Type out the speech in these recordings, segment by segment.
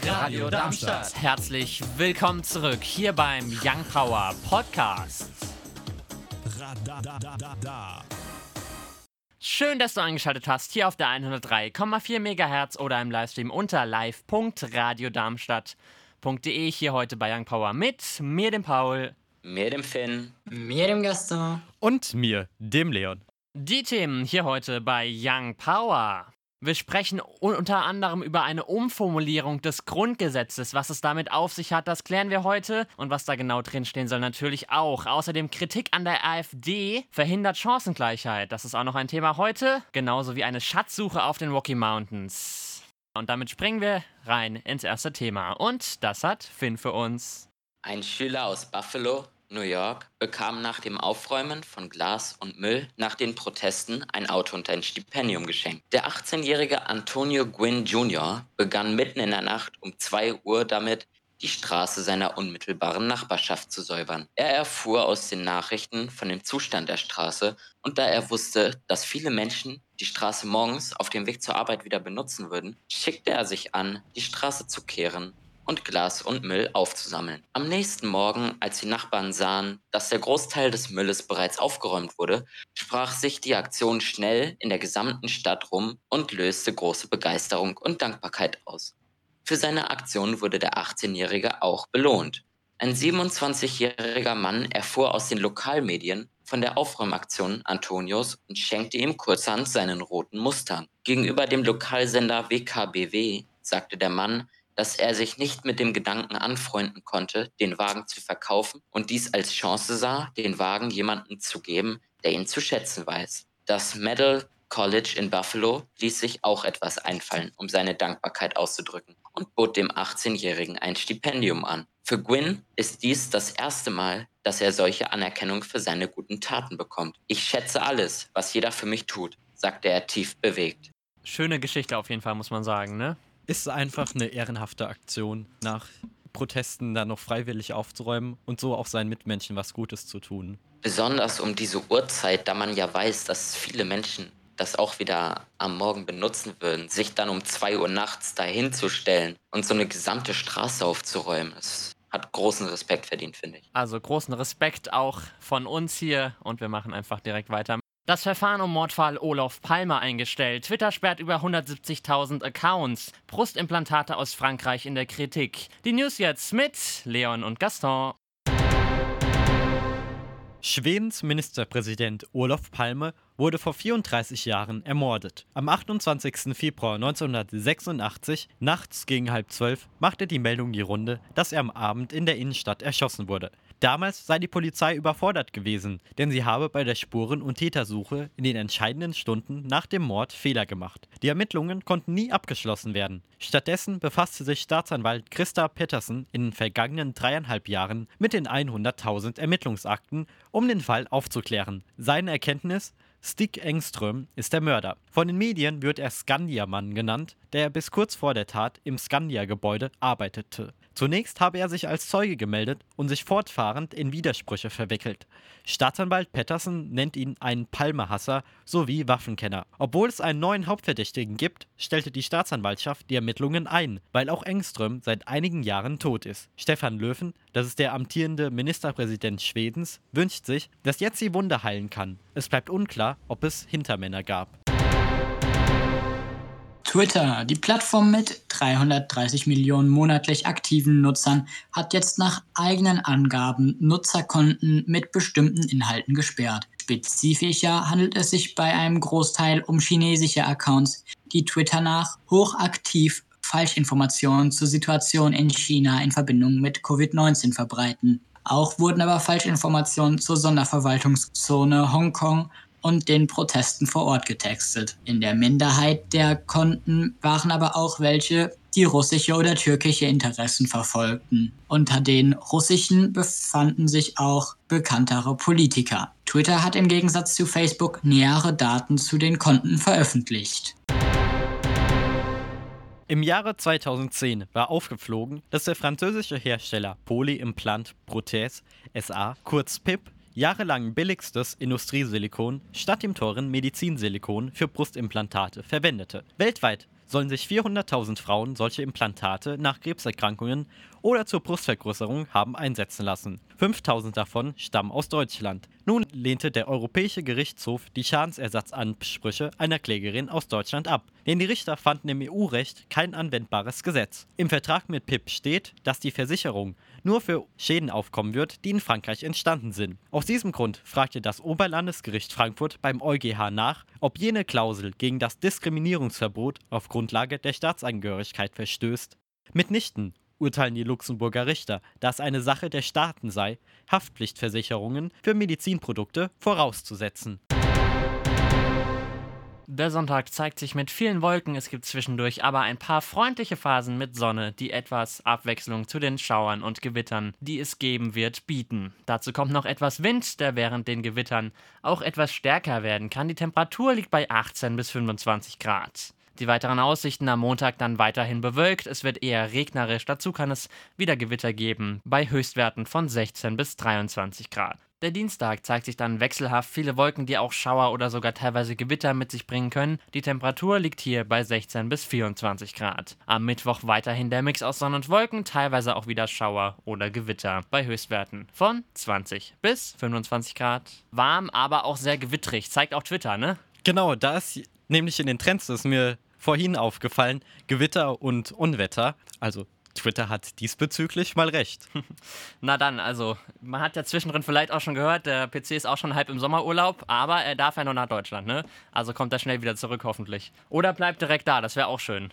Radio Darmstadt. Herzlich willkommen zurück hier beim Young Power Podcast. Schön, dass du eingeschaltet hast, hier auf der 103,4 MHz oder im Livestream unter live.radiodarmstadt.de. Hier heute bei Young Power mit mir, dem Paul, mir, dem Finn, mir, dem Gaston und mir, dem Leon. Die Themen hier heute bei Young Power. Wir sprechen unter anderem über eine Umformulierung des Grundgesetzes. Was es damit auf sich hat, das klären wir heute. Und was da genau drinstehen soll, natürlich auch. Außerdem Kritik an der AfD verhindert Chancengleichheit. Das ist auch noch ein Thema heute. Genauso wie eine Schatzsuche auf den Rocky Mountains. Und damit springen wir rein ins erste Thema. Und das hat Finn für uns. Ein Schüler aus Buffalo, New York, bekam nach dem Aufräumen von Glas und Müll nach den Protesten ein Auto und ein Stipendium geschenkt. Der 18-jährige Antonio Gwynn Jr. begann mitten in der Nacht um 2 Uhr damit, die Straße seiner unmittelbaren Nachbarschaft zu säubern. Er erfuhr aus den Nachrichten von dem Zustand der Straße und da er wusste, dass viele Menschen die Straße morgens auf dem Weg zur Arbeit wieder benutzen würden, schickte er sich an, die Straße zu kehren und Glas und Müll aufzusammeln. Am nächsten Morgen, als die Nachbarn sahen, dass der Großteil des Mülles bereits aufgeräumt wurde, sprach sich die Aktion schnell in der gesamten Stadt rum und löste große Begeisterung und Dankbarkeit aus. Für seine Aktion wurde der 18-Jährige auch belohnt. Ein 27-jähriger Mann erfuhr aus den Lokalmedien von der Aufräumaktion Antonios und schenkte ihm kurzerhand seinen roten Mustang. Gegenüber dem Lokalsender WKBW sagte der Mann, dass er sich nicht mit dem Gedanken anfreunden konnte, den Wagen zu verkaufen und dies als Chance sah, den Wagen jemandem zu geben, der ihn zu schätzen weiß. Das Medill College in Buffalo ließ sich auch etwas einfallen, um seine Dankbarkeit auszudrücken und bot dem 18-Jährigen ein Stipendium an. Für Gwynn ist dies das erste Mal, dass er solche Anerkennung für seine guten Taten bekommt. Ich schätze alles, was jeder für mich tut, sagte er tief bewegt. Schöne Geschichte auf jeden Fall, muss man sagen, ne? Ist einfach eine ehrenhafte Aktion, nach Protesten dann noch freiwillig aufzuräumen und so auch seinen Mitmenschen was Gutes zu tun. Besonders um diese Uhrzeit, da man ja weiß, dass viele Menschen das auch wieder am Morgen benutzen würden, sich dann um 2 Uhr nachts dahin zu stellen und so eine gesamte Straße aufzuräumen, das hat großen Respekt verdient, finde ich. Also großen Respekt auch von uns hier und wir machen einfach direkt weiter. Das Verfahren um Mordfall Olof Palme eingestellt. Twitter sperrt über 170.000 Accounts. Brustimplantate aus Frankreich in der Kritik. Die News jetzt mit Leon und Gaston. Schwedens Ministerpräsident Olof Palme wurde vor 34 Jahren ermordet. Am 28. Februar 1986, nachts gegen 11:30, machte die Meldung die Runde, dass er am Abend in der Innenstadt erschossen wurde. Damals sei die Polizei überfordert gewesen, denn sie habe bei der Spuren- und Tätersuche in den entscheidenden Stunden nach dem Mord Fehler gemacht. Die Ermittlungen konnten nie abgeschlossen werden. Stattdessen befasste sich Staatsanwalt Krista Pettersen in den vergangenen 3,5 Jahren mit den 100.000 Ermittlungsakten, um den Fall aufzuklären. Seine Erkenntnis: Stig Engström ist der Mörder. Von den Medien wird er Skandiamann genannt, da er bis kurz vor der Tat im Skandia-Gebäude arbeitete. Zunächst habe er sich als Zeuge gemeldet und sich fortfahrend in Widersprüche verwickelt. Staatsanwalt Pettersen nennt ihn einen Palme-Hasser sowie Waffenkenner. Obwohl es einen neuen Hauptverdächtigen gibt, stellte die Staatsanwaltschaft die Ermittlungen ein, weil auch Engström seit einigen Jahren tot ist. Stefan Löfven, das ist der amtierende Ministerpräsident Schwedens, wünscht sich, dass jetzt die Wunde heilen kann. Es bleibt unklar, ob es Hintermänner gab. Twitter, die Plattform mit 330 Millionen monatlich aktiven Nutzern, hat jetzt nach eigenen Angaben Nutzerkonten mit bestimmten Inhalten gesperrt. Spezifischer handelt es sich bei einem Großteil um chinesische Accounts, die Twitter nach hochaktiv Falschinformationen zur Situation in China in Verbindung mit Covid-19 verbreiten. Auch wurden aber Falschinformationen zur Sonderverwaltungszone Hongkong und den Protesten vor Ort getextet. In der Minderheit der Konten waren aber auch welche, die russische oder türkische Interessen verfolgten. Unter den russischen befanden sich auch bekanntere Politiker. Twitter hat im Gegensatz zu Facebook nähere Daten zu den Konten veröffentlicht. Im Jahre 2010 war aufgeflogen, dass der französische Hersteller Polyimplant Prothèse SA, kurz PIP, jahrelang billigstes Industriesilikon statt dem teuren Medizinsilikon für Brustimplantate verwendete. Weltweit sollen sich 400.000 Frauen solche Implantate nach Krebserkrankungen oder zur Brustvergrößerung haben einsetzen lassen. 5.000 davon stammen aus Deutschland. Nun lehnte der Europäische Gerichtshof die Schadensersatzansprüche einer Klägerin aus Deutschland ab, denn die Richter fanden im EU-Recht kein anwendbares Gesetz. Im Vertrag mit PIP steht, dass die Versicherung nur für Schäden aufkommen wird, die in Frankreich entstanden sind. Aus diesem Grund fragte das Oberlandesgericht Frankfurt beim EuGH nach, ob jene Klausel gegen das Diskriminierungsverbot auf Grundlage der Staatsangehörigkeit verstößt. Mitnichten, urteilen die Luxemburger Richter, da es eine Sache der Staaten sei, Haftpflichtversicherungen für Medizinprodukte vorauszusetzen. Der Sonntag zeigt sich mit vielen Wolken, es gibt zwischendurch aber ein paar freundliche Phasen mit Sonne, die etwas Abwechslung zu den Schauern und Gewittern, die es geben wird, bieten. Dazu kommt noch etwas Wind, der während den Gewittern auch etwas stärker werden kann. Die Temperatur liegt bei 18 bis 25 Grad. Die weiteren Aussichten am Montag dann weiterhin bewölkt, es wird eher regnerisch, dazu kann es wieder Gewitter geben, bei Höchstwerten von 16 bis 23 Grad. Der Dienstag zeigt sich dann wechselhaft, viele Wolken, die auch Schauer oder sogar teilweise Gewitter mit sich bringen können. Die Temperatur liegt hier bei 16 bis 24 Grad. Am Mittwoch weiterhin der Mix aus Sonne und Wolken, teilweise auch wieder Schauer oder Gewitter, bei Höchstwerten von 20 bis 25 Grad. Warm, aber auch sehr gewittrig, zeigt auch Twitter, ne? Genau, da ist nämlich in den Trends, das ist mir vorhin aufgefallen, Gewitter und Unwetter. Also Twitter hat diesbezüglich mal recht. Na dann, also, man hat ja zwischendrin vielleicht auch schon gehört, der PC ist auch schon halb im Sommerurlaub, aber er darf ja noch nach Deutschland, ne? Also kommt er schnell wieder zurück, hoffentlich. Oder bleibt direkt da, das wäre auch schön.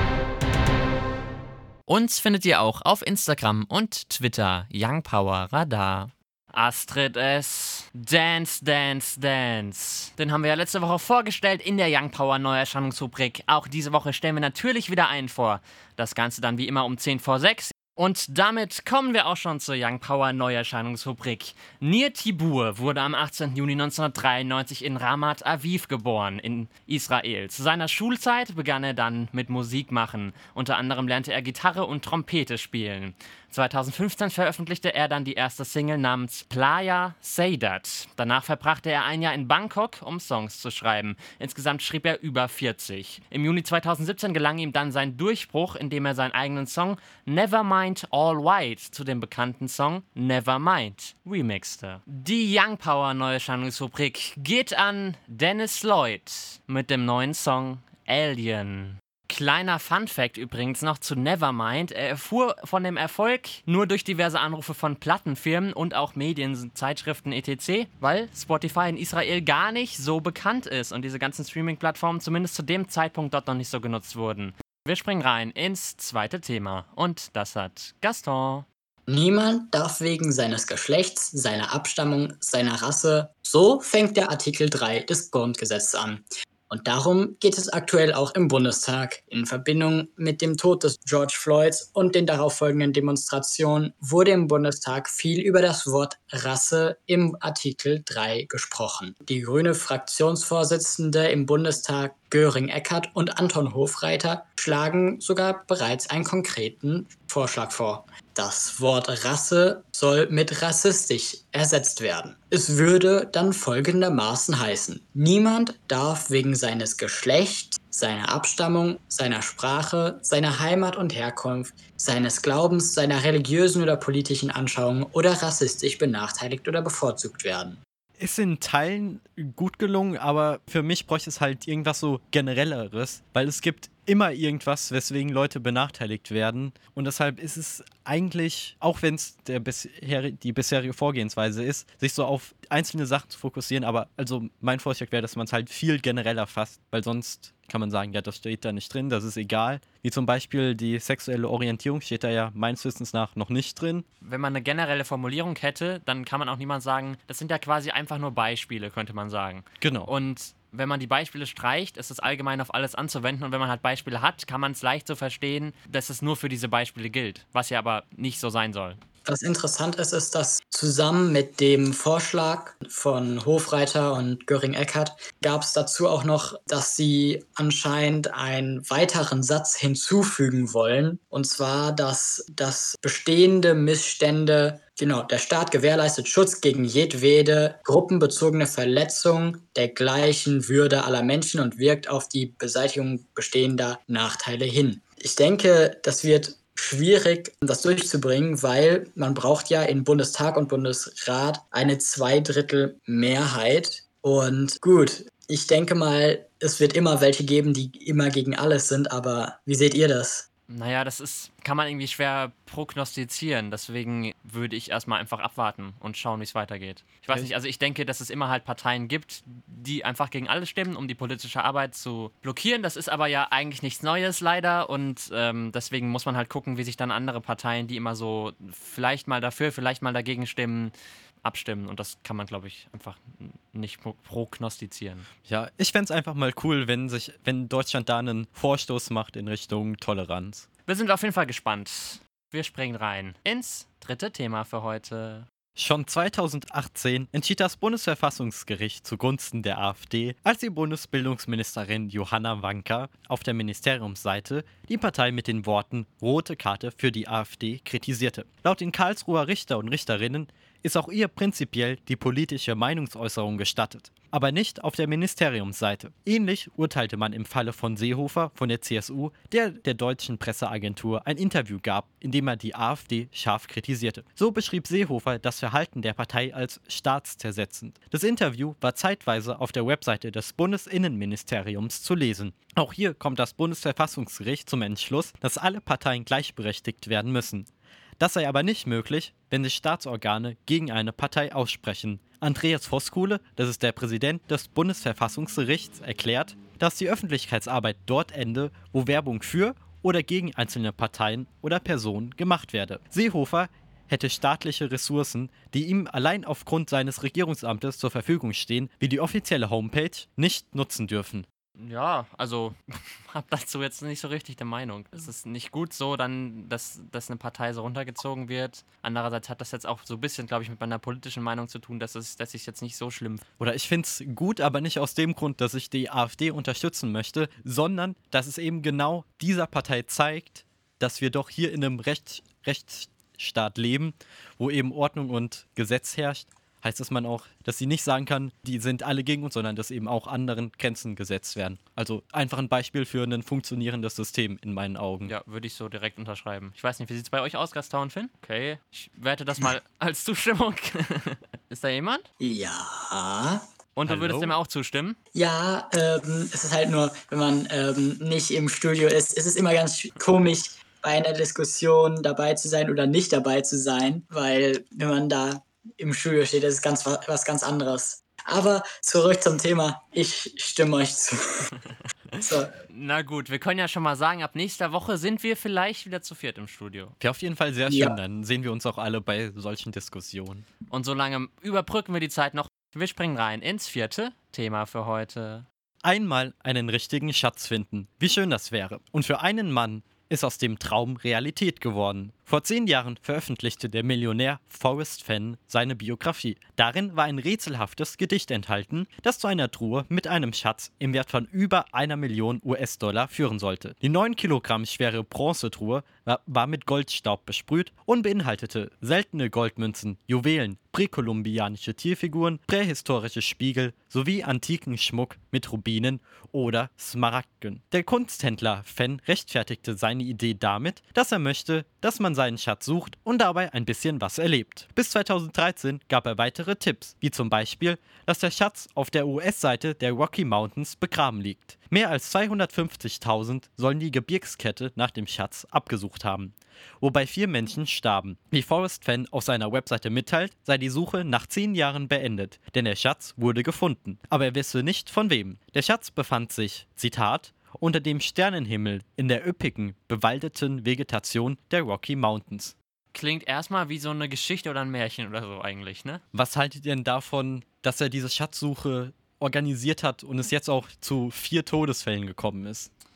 Uns findet ihr auch auf Instagram und Twitter, Young Power Radar. Astrid S. Dance, Dance, Dance. Den haben wir ja letzte Woche vorgestellt in der Young Power Neuerscheinungsrubrik. Auch diese Woche stellen wir natürlich wieder einen vor. Das Ganze dann wie immer um 10 vor 6. Und damit kommen wir auch schon zur Young Power Neuerscheinungsrubrik. Nir Tibur wurde am 18. Juni 1993 in Ramat Aviv geboren, in Israel. Zu seiner Schulzeit begann er dann mit Musik machen. Unter anderem lernte er Gitarre und Trompete spielen. 2015 veröffentlichte er dann die erste Single namens Playa Say That. Danach verbrachte er ein Jahr in Bangkok, um Songs zu schreiben. Insgesamt schrieb er über 40. Im Juni 2017 gelang ihm dann sein Durchbruch, indem er seinen eigenen Song Nevermind All White zu dem bekannten Song Nevermind remixte. Die Young Power Neuerscheinungsrubrik geht an Dennis Lloyd mit dem neuen Song Alien. Kleiner Funfact übrigens noch zu Nevermind. Er erfuhr von dem Erfolg nur durch diverse Anrufe von Plattenfirmen und auch Medien, Zeitschriften etc., weil Spotify in Israel gar nicht so bekannt ist und diese ganzen Streaming-Plattformen zumindest zu dem Zeitpunkt dort noch nicht so genutzt wurden. Wir springen rein ins zweite Thema und das hat Gaston. Niemand darf wegen seines Geschlechts, seiner Abstammung, seiner Rasse, so fängt der Artikel 3 des Grundgesetzes an. Und darum geht es aktuell auch im Bundestag. In Verbindung mit dem Tod des George Floyds und den darauffolgenden Demonstrationen wurde im Bundestag viel über das Wort Rasse im Artikel 3 gesprochen. Die grüne Fraktionsvorsitzende im Bundestag Göring-Eckardt und Anton Hofreiter schlagen sogar bereits einen konkreten Vorschlag vor. Das Wort Rasse soll mit rassistisch ersetzt werden. Es würde dann folgendermaßen heißen: Niemand darf wegen seines Geschlechts, seiner Abstammung, seiner Sprache, seiner Heimat und Herkunft, seines Glaubens, seiner religiösen oder politischen Anschauung oder rassistisch benachteiligt oder bevorzugt werden. Ist in Teilen gut gelungen, aber für mich bräuchte es halt irgendwas so Generelleres, weil es gibt immer irgendwas, weswegen Leute benachteiligt werden und deshalb ist es eigentlich, auch wenn es die bisherige Vorgehensweise ist, sich so auf einzelne Sachen zu fokussieren, aber also mein Vorschlag wäre, dass man es halt viel genereller fasst, weil sonst kann man sagen, ja, das steht da nicht drin, das ist egal. Wie zum Beispiel die sexuelle Orientierung steht da ja meines Wissens nach noch nicht drin. Wenn man eine generelle Formulierung hätte, dann kann man auch niemand sagen, das sind ja quasi einfach nur Beispiele, könnte man sagen. Genau. Und wenn man die Beispiele streicht, ist es allgemein auf alles anzuwenden und wenn man halt Beispiele hat, kann man es leicht so verstehen, dass es nur für diese Beispiele gilt, was ja aber nicht so sein soll. Was interessant ist, ist, dass zusammen mit dem Vorschlag von Hofreiter und Göring-Eckardt gab es dazu auch noch, dass sie anscheinend einen weiteren Satz hinzufügen wollen. Und zwar, dass bestehende Missstände, genau, der Staat gewährleistet Schutz gegen jedwede gruppenbezogene Verletzung der gleichen Würde aller Menschen und wirkt auf die Beseitigung bestehender Nachteile hin. Ich denke, das wird schwierig, das durchzubringen, weil man braucht ja in Bundestag und Bundesrat eine Zweidrittel-Mehrheit. Und gut, ich denke mal, es wird immer welche geben, die immer gegen alles sind, aber wie seht ihr das? Naja, kann man irgendwie schwer prognostizieren. Deswegen würde ich erstmal einfach abwarten und schauen, wie es weitergeht. Ich weiß nicht, also ich denke, dass es immer halt Parteien gibt, die einfach gegen alles stimmen, um die politische Arbeit zu blockieren. Das ist aber ja eigentlich nichts Neues leider und deswegen muss man halt gucken, wie sich dann andere Parteien, die immer so vielleicht mal dafür, vielleicht mal dagegen stimmen, abstimmen. Und das kann man, glaube ich, einfach nicht prognostizieren. Ja, ich fände es einfach mal cool, wenn Deutschland da einen Vorstoß macht in Richtung Toleranz. Wir sind auf jeden Fall gespannt. Wir springen rein ins dritte Thema für heute. Schon 2018 entschied das Bundesverfassungsgericht zugunsten der AfD, als die Bundesbildungsministerin Johanna Wanka auf der Ministeriumsseite die Partei mit den Worten „Rote Karte für die AfD“ kritisierte. Laut den Karlsruher Richter und Richterinnen ist auch ihr prinzipiell die politische Meinungsäußerung gestattet, aber nicht auf der Ministeriumsseite. Ähnlich urteilte man im Falle von Seehofer von der CSU, der deutschen Presseagentur ein Interview gab, in dem er die AfD scharf kritisierte. So beschrieb Seehofer das Verhalten der Partei als staatszersetzend. Das Interview war zeitweise auf der Webseite des Bundesinnenministeriums zu lesen. Auch hier kommt das Bundesverfassungsgericht zum Entschluss, dass alle Parteien gleichberechtigt werden müssen. Das sei aber nicht möglich, wenn sich Staatsorgane gegen eine Partei aussprechen. Andreas Voskuhle, das ist der Präsident des Bundesverfassungsgerichts, erklärt, dass die Öffentlichkeitsarbeit dort ende, wo Werbung für oder gegen einzelne Parteien oder Personen gemacht werde. Seehofer hätte staatliche Ressourcen, die ihm allein aufgrund seines Regierungsamtes zur Verfügung stehen, wie die offizielle Homepage, nicht nutzen dürfen. Ja, also hab dazu jetzt nicht so richtig die Meinung. Es ist nicht gut so, dann, dass eine Partei so runtergezogen wird. Andererseits hat das jetzt auch so ein bisschen, glaube ich, mit meiner politischen Meinung zu tun, dass ich jetzt nicht so schlimm. Oder ich finde es gut, aber nicht aus dem Grund, dass ich die AfD unterstützen möchte, sondern dass es eben genau dieser Partei zeigt, dass wir doch hier in einem Rechtsstaat leben, wo eben Ordnung und Gesetz herrscht. Heißt das man auch, dass sie nicht sagen kann, die sind alle gegen uns, sondern dass eben auch anderen Grenzen gesetzt werden. Also einfach ein Beispiel für ein funktionierendes System in meinen Augen. Ja, würde ich so direkt unterschreiben. Ich weiß nicht, wie sieht es bei euch aus, Gaston und Finn? Okay, ich werte das mal als Zustimmung. Ist da jemand? Ja. Und du würdest dem auch zustimmen? Ja, es ist halt nur, wenn man nicht im Studio ist, ist es immer ganz komisch, bei einer Diskussion dabei zu sein oder nicht dabei zu sein, weil wenn man da im Studio steht, das ist was ganz anderes. Aber zurück zum Thema. Ich stimme euch zu. So. Na gut, wir können ja schon mal sagen, ab nächster Woche sind wir vielleicht wieder zu viert im Studio. Wäre auf jeden Fall sehr schön, dann sehen wir uns auch alle bei solchen Diskussionen. Und solange überbrücken wir die Zeit noch. Wir springen rein ins vierte Thema für heute. Einmal einen richtigen Schatz finden. Wie schön das wäre. Und für einen Mann ist aus dem Traum Realität geworden. Vor 10 Jahren veröffentlichte der Millionär Forrest Fenn seine Biografie. Darin war ein rätselhaftes Gedicht enthalten, das zu einer Truhe mit einem Schatz im Wert von über 1 Million US-Dollar führen sollte. Die 9 Kilogramm schwere Bronzetruhe war mit Goldstaub besprüht und beinhaltete seltene Goldmünzen, Juwelen, präkolumbianische Tierfiguren, prähistorische Spiegel sowie antiken Schmuck mit Rubinen oder Smaragden. Der Kunsthändler Fenn rechtfertigte seine Idee damit, dass er möchte, dass man seinen Schatz sucht und dabei ein bisschen was erlebt. Bis 2013 gab er weitere Tipps, wie zum Beispiel, dass der Schatz auf der US-Seite der Rocky Mountains begraben liegt. Mehr als 250.000 sollen die Gebirgskette nach dem Schatz abgesucht haben, wobei 4 Menschen starben. Wie Forrest Fenn auf seiner Webseite mitteilt, sei die Suche nach 10 Jahren beendet, denn der Schatz wurde gefunden. Aber er wisse nicht von wem. Der Schatz befand sich, Zitat, unter dem Sternenhimmel in der üppigen, bewaldeten Vegetation der Rocky Mountains. Klingt erstmal wie so eine Geschichte oder ein Märchen oder so eigentlich, ne? Was haltet ihr denn davon, dass er diese Schatzsuche organisiert hat und es jetzt auch zu 4 Todesfällen gekommen ist?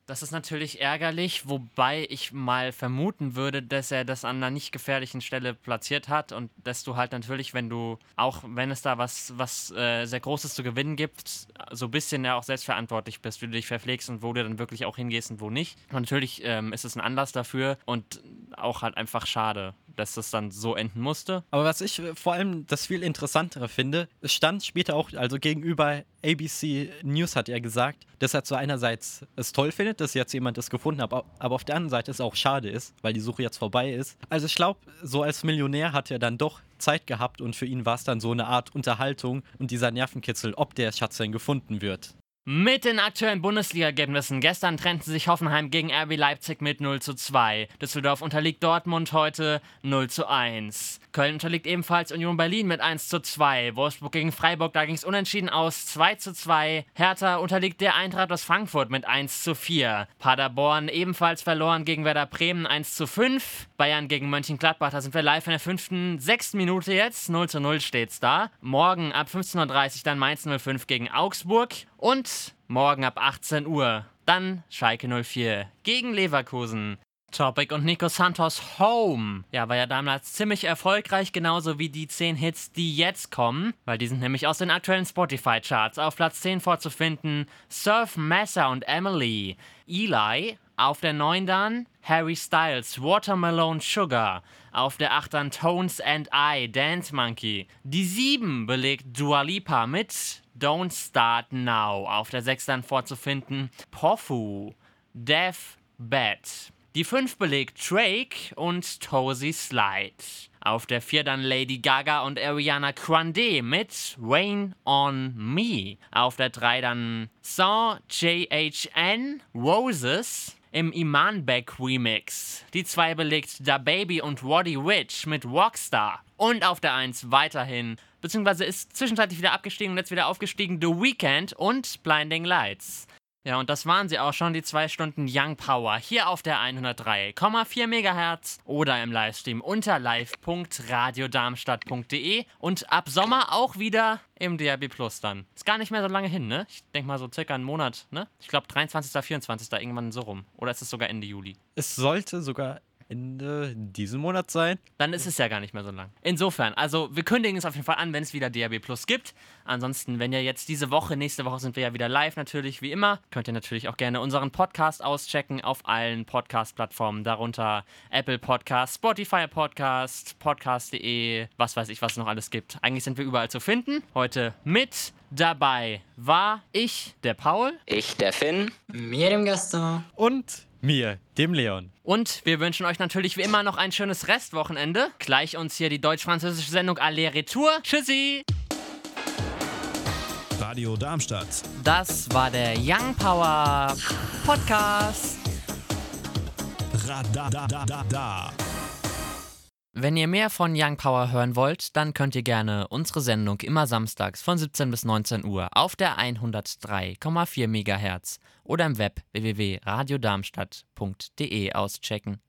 Das ist natürlich ärgerlich, wobei ich mal vermuten würde, dass er das an einer nicht gefährlichen Stelle platziert hat und dass du halt natürlich, auch wenn es da was sehr Großes zu gewinnen gibt, so ein bisschen ja auch selbstverantwortlich bist, wie du dich verpflegst und wo du dann wirklich auch hingehst und wo nicht. Und natürlich ist es ein Anlass dafür und auch halt einfach schade, dass das dann so enden musste. Aber was ich vor allem das viel Interessantere finde, es stand später auch, also gegenüber ABC News hat er gesagt, dass er zu einerseits es toll findet, dass jetzt jemand es gefunden hat, aber auf der anderen Seite es auch schade ist, weil die Suche jetzt vorbei ist. Also ich glaube, so als Millionär hat er dann doch Zeit gehabt und für ihn war es dann so eine Art Unterhaltung und dieser Nervenkitzel, ob der Schatz denn gefunden wird. Mit den aktuellen Bundesliga-Ergebnissen. Gestern trennten sich Hoffenheim gegen RB Leipzig mit 0:2. Düsseldorf unterliegt Dortmund heute 0:1. Köln unterliegt ebenfalls Union Berlin mit 1:2. Wolfsburg gegen Freiburg, da ging es unentschieden aus 2:2. Hertha unterliegt der Eintracht aus Frankfurt mit 1:4. Paderborn ebenfalls verloren gegen Werder Bremen 1:5. Bayern gegen Mönchengladbach, da sind wir live in der 6. Minute jetzt. 0:0 steht's da. Morgen ab 15:30 Uhr dann Mainz 05 gegen Augsburg. Und morgen ab 18 Uhr dann Schalke 04 gegen Leverkusen. Topic und Nico Santos Home. Ja, war ja damals ziemlich erfolgreich, genauso wie die 10 Hits, die jetzt kommen, weil die sind nämlich aus den aktuellen Spotify-Charts. Auf Platz 10 vorzufinden Surf Massa und Emily. Eli. Auf der 9 dann Harry Styles, Watermelon Sugar. Auf der 8 dann Tones and I, Dance Monkey. Die 7 belegt Dua Lipa mit Don't Start Now. Auf der 6 dann vorzufinden Pofu, Death Bed. Die 5 belegt Drake und Tozy Slide. Auf der 4 dann Lady Gaga und Ariana Grande mit Rain on Me. Auf der 3 dann Saw JHN Roses im Iman Beck Remix. Die 2 belegt Da Baby und Roddy Ricch mit Rockstar. Und auf der 1 weiterhin, beziehungsweise ist zwischenzeitlich wieder abgestiegen und jetzt wieder aufgestiegen, The Weeknd und Blinding Lights. Ja, und das waren sie auch schon, die 2 Stunden Young Power, hier auf der 103,4 MHz oder im Livestream unter live.radiodarmstadt.de und ab Sommer auch wieder im DAB Plus dann. Ist gar nicht mehr so lange hin, ne? Ich denke mal so circa einen Monat, ne? Ich glaube 23., 24. irgendwann so rum. Oder ist es sogar Ende Juli? Es sollte sogar Ende diesen Monat sein. Dann ist es ja gar nicht mehr so lang. Insofern, also wir kündigen es auf jeden Fall an, wenn es wieder DAB Plus gibt. Ansonsten, wenn ihr jetzt nächste Woche sind wir ja wieder live natürlich, wie immer, könnt ihr natürlich auch gerne unseren Podcast auschecken auf allen Podcast-Plattformen, darunter Apple Podcast, Spotify Podcast, Podcast.de, was weiß ich, was es noch alles gibt. Eigentlich sind wir überall zu finden. Heute mit dabei war ich, der Paul. Ich, der Finn. Mir, dem Gaston. Und mir, dem Leon. Und wir wünschen euch natürlich wie immer noch ein schönes Restwochenende. Gleich uns hier die deutsch-französische Sendung Aller Retour. Tschüssi! Radio Darmstadt. Das war der Young Power Podcast. Radadadada. Wenn ihr mehr von Young Power hören wollt, dann könnt ihr gerne unsere Sendung immer samstags von 17 bis 19 Uhr auf der 103,4 MHz oder im Web www.radiodarmstadt.de auschecken.